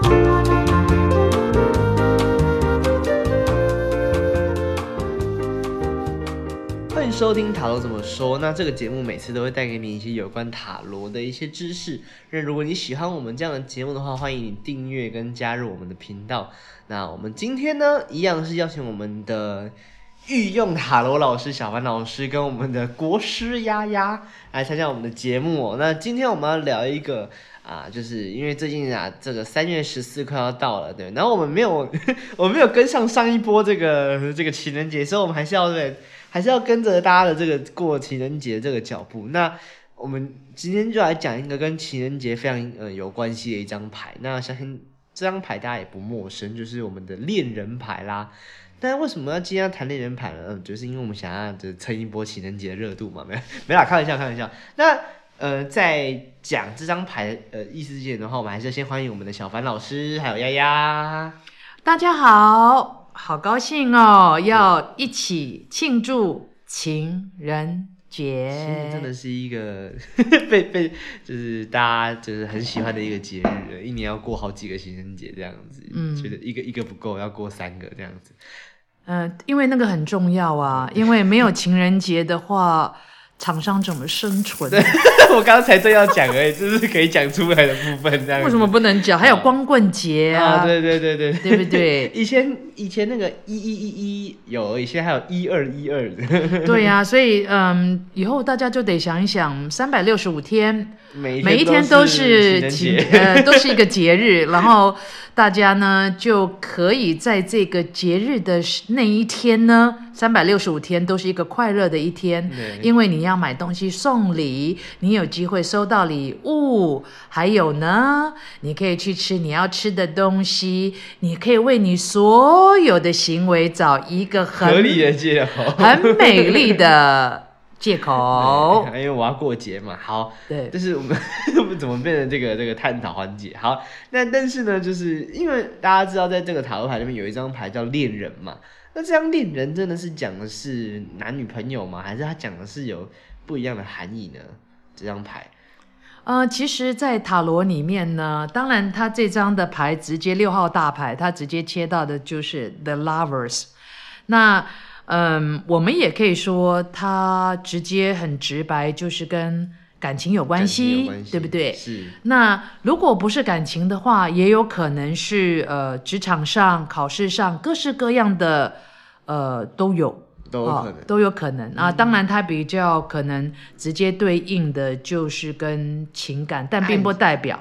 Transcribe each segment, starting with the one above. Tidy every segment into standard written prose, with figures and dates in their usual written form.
欢迎收听塔罗怎么说。那这个节目每次都会带给你一些有关塔罗的一些知识。那如果你喜欢我们这样的节目的话，欢迎你订阅跟加入我们的频道。那我们今天呢，一样是邀请我们的御用塔罗老师小凡老师跟我们的国师丫丫来参加我们的节目哦。那今天我们要聊一个就是因为最近这个3月14快要到了，对，然后我们没有跟上一波这个情人节，所以我们还是要跟着大家的这个过情人节这个脚步。那我们今天就来讲一个跟情人节非常有关系的一张牌。那相信这张牌大家也不陌生，就是我们的恋人牌啦。但为什么今天要谈恋人牌呢？就是因为我们想要蹭一波情人节的热度嘛，没啦，开玩笑。那在讲这张牌意思之前的话，我们还是先欢迎我们的小凡老师还有丫丫。 大家好，好高兴哦，要一起庆祝情人节。 真的是一个就是大家就是很喜欢的一个节日，一年要过好几个情人节这样子，觉得一个不够，要过3个这样子。 因为那个很重要啊，因为没有情人节的话，厂商怎么生存？ 我刚才正要讲而已，这是可以讲出来的部分，这样子。 为什么不能讲？还有光棍节啊， 对， 对不对？ 以前那个1111有，以前还有1212的。 对呀，所以以后大家就得想一想，365天，每一天都是都是一个节日，然后大家呢就可以在这个节日的那一天呢，365天都是一个快乐的一天，因为你要买东西送礼，你有机会收到礼物，还有呢，你可以去吃你要吃的东西，你可以为你所有的行为找一个很合理的借口， 很美丽的借口。 因为我要过节嘛。好，对，但是我们怎么变成这个探讨环节？好，但是呢，就是因为大家知道，在这个塔罗牌里面有一张牌叫恋人嘛。那这张恋人真的是讲的是男女朋友吗？还是他讲的是有不一样的含义呢？这张牌， 其实，在塔罗里面呢，当然他这张的牌直接6号大牌，他直接切到的就是 The Lovers。那我们也可以说，他直接很直白，就是跟感情有关系，对不对？ 是。那如果不是感情的话，也有可能是职场上、考试上各式各样的都有可能啊。当然，它比较可能直接对应的就是跟情感，但并不代表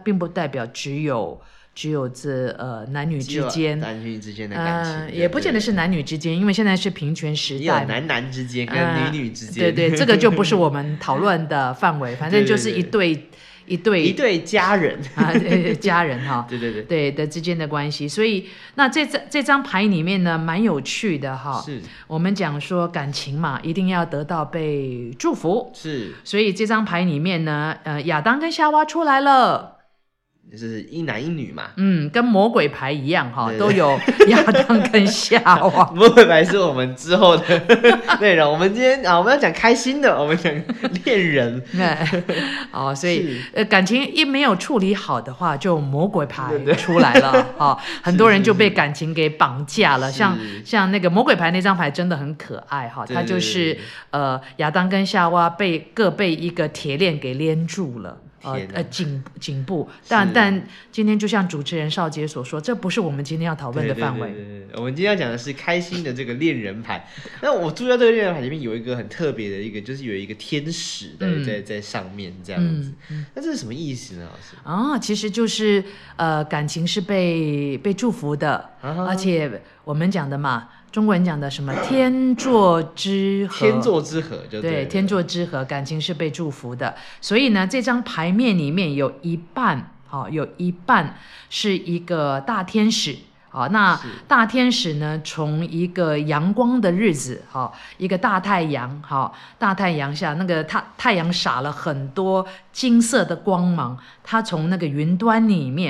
只有这男女之间的感情，也不见得是男女之间，因为现在是平权时代， 也有男之间跟女之间， 对，这个就不是我们讨论的范围，反正就是一对家人家人哈，对的之间的关系。所以那这张牌里面呢，蛮有趣的哈。是，我们讲说感情嘛，一定要得到被祝福。是，所以这张牌里面呢，亚当跟夏娃出来了。 就是一男一女嘛， 跟魔鬼牌一样哈，都有亚当跟夏娃。 魔鬼牌是我们之后的内容。我们今天我们要讲开心的，我们讲恋人。 所以感情一没有处理好的话，就魔鬼牌出来了。很多人就被感情给绑架了。像那个魔鬼牌那张牌真的很可爱哈，它就是亚当跟夏娃各被一个铁链给连住了。颈部，但今天就像主持人少杰所说，这不是我们今天要讨论的范围。 对，我们今天要讲的是开心的这个恋人牌。那我注意到这个恋人牌里面有一个很特别的一个，就是有一个天使在上面这样子。那这是什么意思呢，老师？ 其实就是感情是被祝福的，而且我们讲的嘛。中国人讲的什么天作之合，对，天作之合，感情是被祝福的。所以呢，这张牌面里面有一半是一个大天使。那大天使呢，从一个阳光的日子，一个大太阳，大太阳下那个太阳洒了很多金色的光芒，它从那个云端里面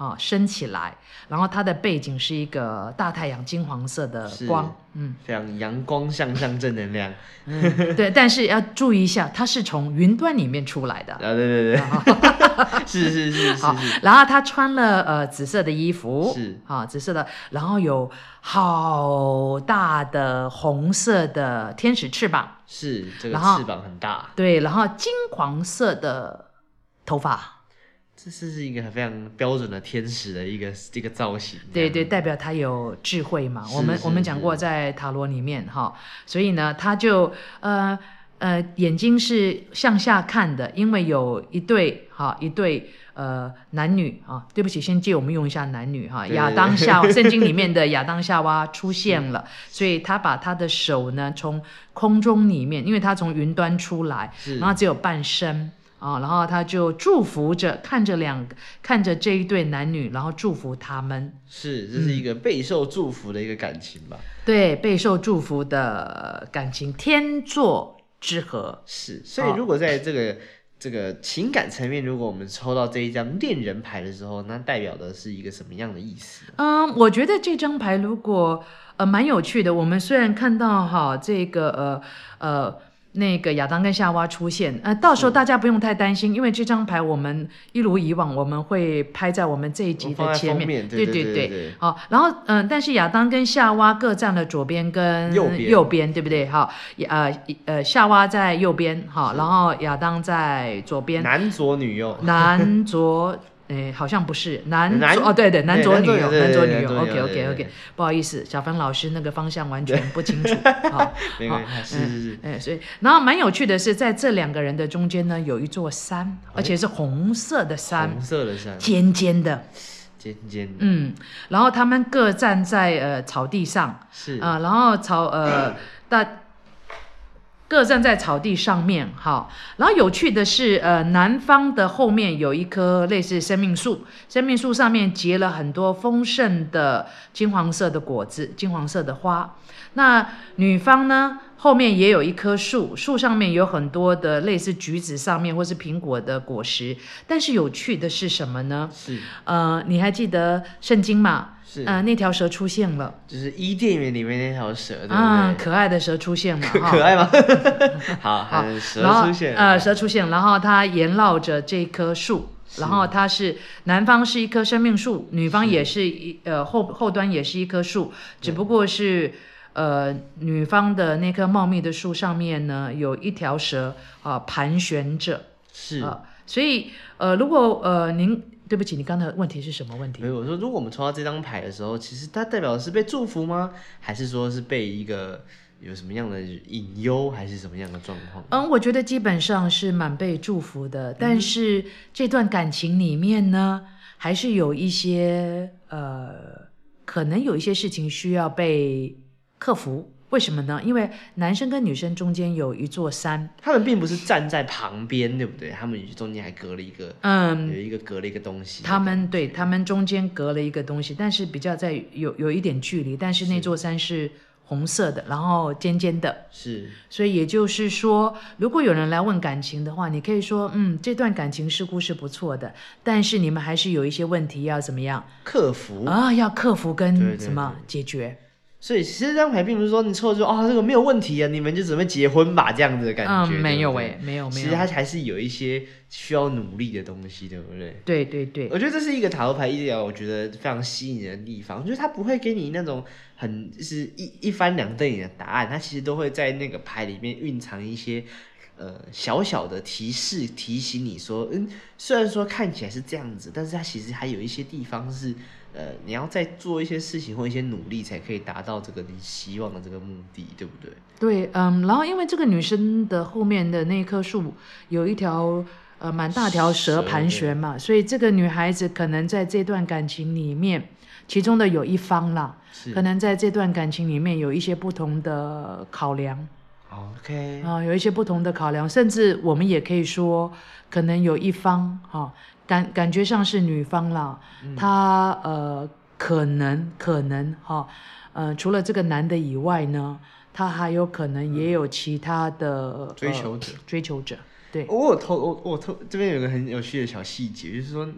升起来，然后它的背景是一个大太阳金黄色的光， 非常阳光向上正能量， 对，但是要注意一下，它是从云端里面出来的， 对，是，好， 然后他穿了紫色的衣服， 是紫色的，然后有好大的红色的天使翅膀， 是这个翅膀很大， 对，然后金黄色的头发。 这是一个非常标准的天使的一个造型， 对，代表他有智慧嘛。我们讲过在塔罗里面所以呢，他就眼睛是向下看的，因为有一对男女对不起，先借我们用一下男女亚当夏圣经里面的亚当夏娃出现了，所以他把他的手呢从空中里面，因为他从云端出来，然后只有半身。然后他就祝福着，看着这一对男女，然后祝福他们。 这是一个备受祝福的一个感情吧？ 对，备受祝福的感情，天作之合。 是，所以如果在这个情感层面，如果我们抽到这一张恋人牌的时候，那代表的是一个什么样的意思？ 我觉得这张牌如果蛮有趣的。我们虽然看到这个那个亚当跟夏娃出现，到时候大家不用太担心，因为这张牌我们一如以往我们会拍在我们这一集的前面，对，好，然后但是亚当跟夏娃各站了左边跟右边，对不对？好，夏娃在右边，好，然后亚当在左边， 男左女右， 男左。好像不是男对，男左女右，OK， 不好意思，小芬老师那个方向完全不清楚。好， 是， 所以然后蛮有趣的是，在这两个人的中间呢，有一座山，而且是红色的山，尖尖的，然后他们各站在草地上， 是然后各站在草地上面，好，然后有趣的是，南方的后面有一棵类似生命树，生命树上面结了很多丰盛的金黄色的果子，金黄色的花。那女方呢，后面也有一棵树，树上面有很多的类似橘子上面或是苹果的果实。但是有趣的是什么呢？ 是你还记得圣经吗？ 是那条蛇出现了， 就是伊甸园里面那条蛇，对不对？ 可爱的蛇出现了， 可爱吗？好，蛇出现， 蛇出现，然后它沿绕着这棵树，然后它是南方是一棵生命树，女方也是后端也是一棵树，只不过是女方的那棵茂密的树上面呢有一条蛇盘旋着， 是所以如果您。对不起，你刚才的问题是什么问题？ 我说，如果我们抽到这张牌的时候，其实它代表的是被祝福吗？还是说是被一个有什么样的隐忧，还是什么样的状况？ 我觉得基本上是蛮被祝福的，但是这段感情里面呢，还是有一些可能有一些事情需要被克服。为什么呢？因为男生跟女生中间有一座山， 他们并不是站在旁边，对不对？他们中间还隔了一个，隔了一个东西。他们中间隔了一个东西，但是比较在有一点距离，但是那座山是红色的，然后尖尖的， 是。 所以也就是说，如果有人来问感情的话，你可以说，这段感情似乎是不错的，但是你们还是有一些问题要怎么样克服要克服跟什么解决。 所以其实这张牌并不是说你抽就这个没有问题啊，你们就准备结婚吧这样子的感觉。 没有没有。 其实它还是有一些需要努力的东西，对不对？ 对。 我觉得这是一个塔罗牌一点我觉得非常吸引人的地方，就是它不会给你那种就是一翻两瞪眼的答案，它其实都会在那个牌里面蕴藏一些小小的提示，提醒你说，虽然说看起来是这样子，但是它其实还有一些地方是。你要再做一些事情或一些努力，才可以达到这个你希望的这个目的，对不对？ 对，然后因为这个女生的后面的那棵树有一条蛮大条蛇盘旋嘛，所以这个女孩子可能在这段感情里面，其中的有一方啦，可能在这段感情里面有一些不同的考量。 OK， 有一些不同的考量，甚至我们也可以说，可能有一方感觉上是女方啦，她可能除了这个男的以外呢，她还有可能也有其他的追求者。对， 我这边有个很有趣的小细节，就是说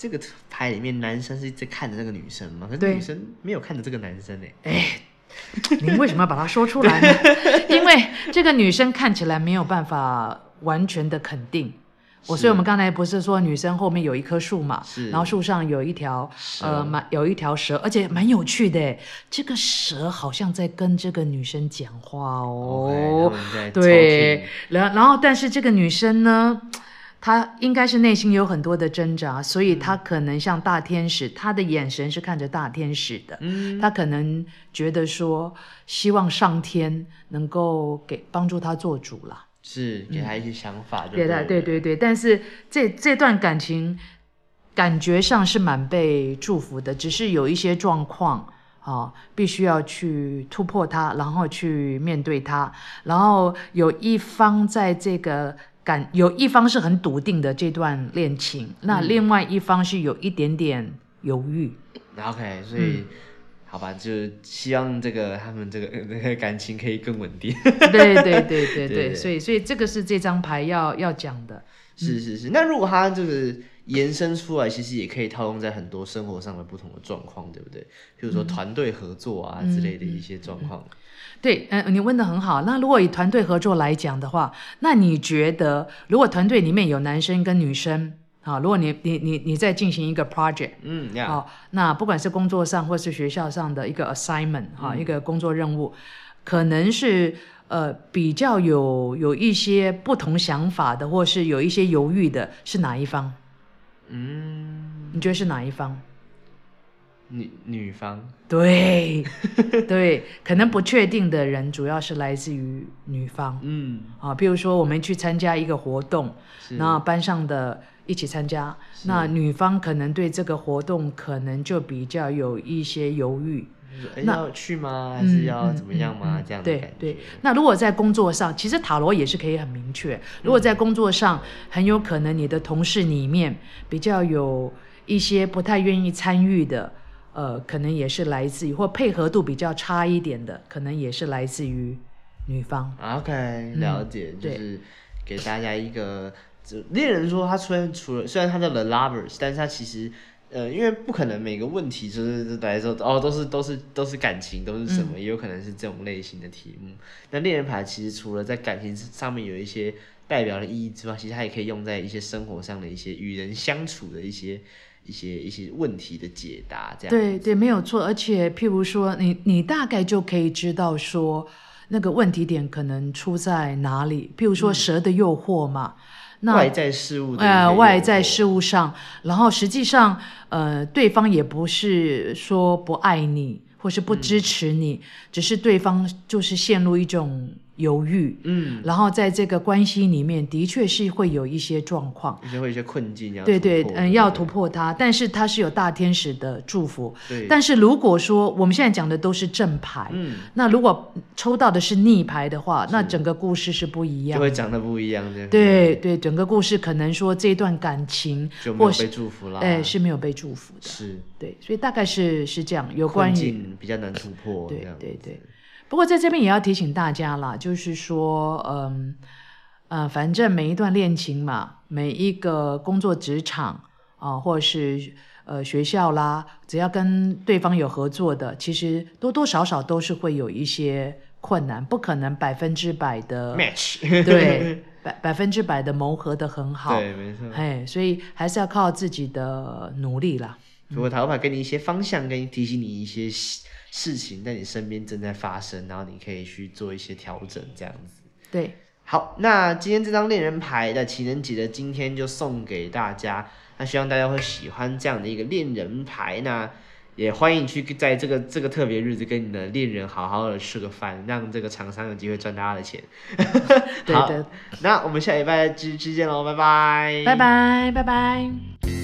这个牌里面男生是在看着这个女生嘛，可是女生没有看着这个男生您为什么要把它说出来呢？因为这个女生看起来没有办法完全的肯定。所以我们刚才不是说女生后面有一棵树嘛，然后树上有一条有一条蛇，而且蛮有趣的，这个蛇好像在跟这个女生讲话哦。对，然后但是这个女生呢，她应该是内心有很多的挣扎，所以她可能像大天使，她的眼神是看着大天使的，她可能觉得说希望上天能够帮助她做主啦。 是给他一些想法就对，但是这段感情感觉上是蛮被祝福的，只是有一些状况必须要去突破它，然后去面对它，然后有一方在这个有一方是很笃定的这段恋情，那另外一方是有一点点犹豫。 OK， 所以好吧，就希望他们这个感情可以更稳定。 对，所以这个是这张牌要讲的。 是。那如果它这个延伸出来，其实也可以套用在很多生活上的不同的状况，对不对？比如说团队合作啊之类的一些状况。 对，你问得很好。那如果以团队合作来讲的话，那你觉得如果团队里面有男生跟女生？如果你在进行一个 project， 那不管是工作上或是学校上的一个 assignment，一个工作任务，可能是比较有一些不同想法的，或是有一些犹豫的，是哪一方？你觉得是哪一方？ 女方。 对，可能不确定的人主要是来自于女方。比如说我们去参加一个活动，然后班上的一起参加，那女方可能对这个活动可能就比较有一些犹豫， 要去吗？还是要怎么样吗？这样的感觉。 对。那如果在工作上，其实塔罗也是可以很明确。如果在工作上，很有可能你的同事里面比较有一些不太愿意参与的，可能也是来自于或配合度比较差一点的，可能也是来自于女方。 OK， 了解，就是给大家一个。猎人说他虽然他叫 The Lovers， 但是他其实因为不可能每个问题就是来说都是感情都是什么，也有可能是这种类型的题目。那猎人牌其实除了在感情上面有一些代表的意义之外，其实它也可以用在一些生活上的一些与人相处的一些问题的解答，这样。 对，没有错。而且譬如说你大概就可以知道说那个问题点可能出在哪里，譬如说蛇的诱惑嘛。 外在事物的外在事物上，然后实际上对方也不是说不爱你或是不支持你，只是对方就是陷入一种犹豫，然后在这个关系里面的确是会有一些状况， 会有一些困境要要突破它，但是它是有大天使的祝福。但是如果说我们现在讲的都是正牌，那如果抽到的是逆牌的话，那整个故事是不一样的， 就会讲的不一样。 对，整个故事可能说这段感情就没有被祝福啦， 是没有被祝福的， 是对，所以大概是这样，有关于困境比较难突破， 对。不过在这边也要提醒大家啦，就是说，反正每一段恋情嘛，每一个工作职场或者是学校啦，只要跟对方有合作的，其实多多少少都是会有一些困难，不可能100%的 match， 对，100%的磨合的很好， 对，没错， 所以还是要靠自己的努力啦。 如果塔罗牌给你一些方向，跟提醒你一些事情在你身边正在发生，然后你可以去做一些调整，这样子。 对， 好，那今天这张恋人牌的情人节的今天就送给大家，那希望大家会喜欢这样的一个恋人牌，那也欢迎去在这个特别日子跟你的恋人好好的吃个饭，让这个厂商有机会赚大家的钱。 对的， 那我们下礼拜见喽，拜拜， 拜拜。